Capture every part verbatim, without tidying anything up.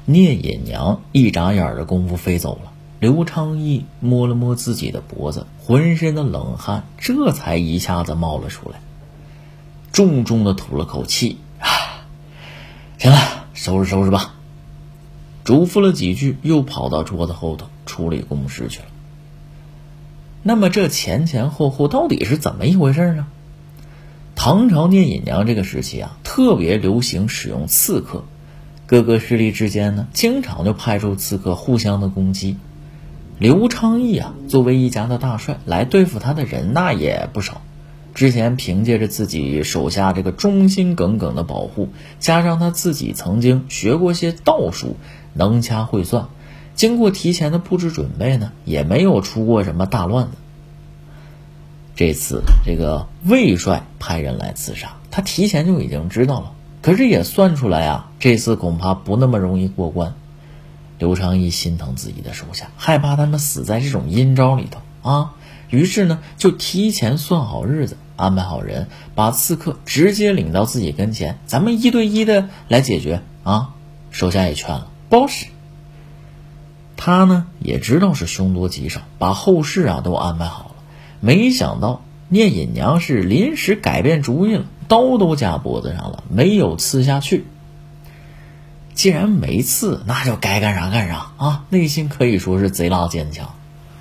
聂隐娘一眨眼的功夫飞走了。刘昌义摸了摸自己的脖子，浑身的冷汗这才一下子冒了出来，重重的吐了口气，啊，行了，收拾收拾吧。嘱咐了几句，又跑到桌子后头处理公事去了。那么这前前后后到底是怎么一回事呢？唐朝聂隐娘这个时期啊，特别流行使用刺客，各个势力之间呢，经常就派出刺客互相的攻击。刘昌义啊，作为一家的大帅，来对付他的人那也不少。之前凭借着自己手下这个忠心耿耿的保护，加上他自己曾经学过些道术，能掐会算，经过提前的布置准备呢，也没有出过什么大乱子。这次这个魏帅派人来刺杀，他提前就已经知道了，可是也算出来啊，这次恐怕不那么容易过关。刘昌义心疼自己的手下，害怕他们死在这种阴招里头啊，于是呢就提前算好日子，安排好人，把刺客直接领到自己跟前，咱们一对一的来解决啊。手下也劝了，不好使。他呢也知道是凶多吉少，把后事啊都安排好了。没想到聂隐娘是临时改变主意了，刀都架脖子上了，没有刺下去。既然没刺，那就该干啥干啥啊，内心可以说是贼拉坚强。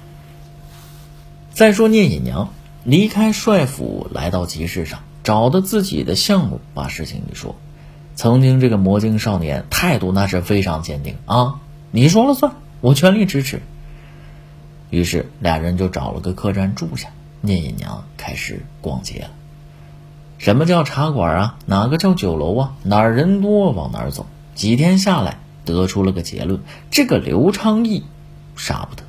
再说聂隐娘离开帅府来到集市上，找到自己的相公，把事情一说。曾经这个魔镜少年态度那是非常坚定啊，你说了算，我全力支持。于是俩人就找了个客栈住下，聂隐娘开始逛街了。什么叫茶馆啊？哪个叫酒楼啊？哪儿人多往哪儿走。几天下来，得出了个结论，这个刘昌义杀不得。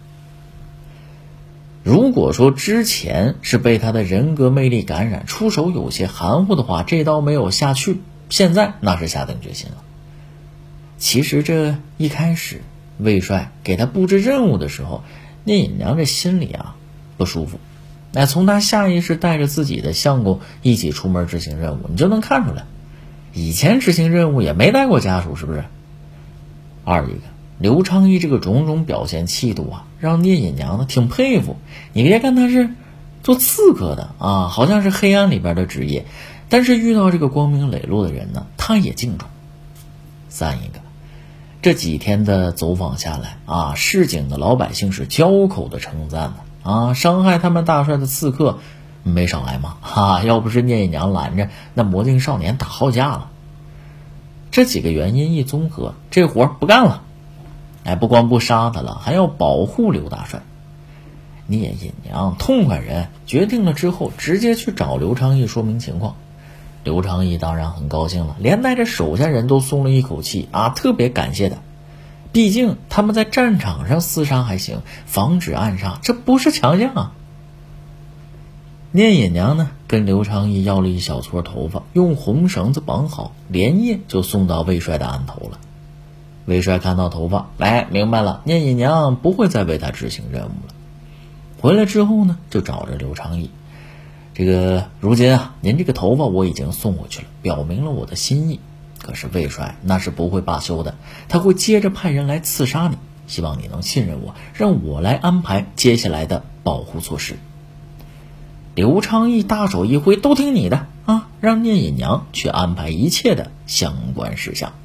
如果说之前是被他的人格魅力感染，出手有些含糊的话，这刀没有下去，现在那是下定决心了。其实这一开始魏帅给他布置任务的时候，聂隐娘这心里啊不舒服，那从他下意识带着自己的相公一起出门执行任务，你就能看出来，以前执行任务也没带过家属，是不是？二一个，刘昌义这个种种表现气度啊，让聂隐娘呢挺佩服。你别看他是做刺客的啊，好像是黑暗里边的职业，但是遇到这个光明磊落的人呢，他也敬重。三一个，这几天的走访下来啊，市井的老百姓是交口的称赞的啊，伤害他们大帅的刺客没少挨骂啊，要不是聂隐娘拦着，那魔镜少年打好架了。这几个原因一综合，这活不干了。哎，不光不杀他了，还要保护刘大帅。聂隐娘痛快人，决定了之后直接去找刘昌义说明情况。刘昌义当然很高兴了，连带着手下人都松了一口气啊，特别感谢他。毕竟他们在战场上厮杀还行，防止暗杀这不是强项啊。聂隐娘呢跟刘昌义要了一小撮头发，用红绳子绑好，连夜就送到魏帅的案头了。魏帅看到头发，来明白了，聂隐娘不会再为他执行任务了。回来之后呢，就找着刘昌义，这个如今啊，您这个头发我已经送回去了，表明了我的心意。可是魏帅那是不会罢休的，他会接着派人来刺杀你，希望你能信任我，让我来安排接下来的保护措施。刘昌义大手一挥，都听你的啊，让聂隐娘去安排一切的相关事项。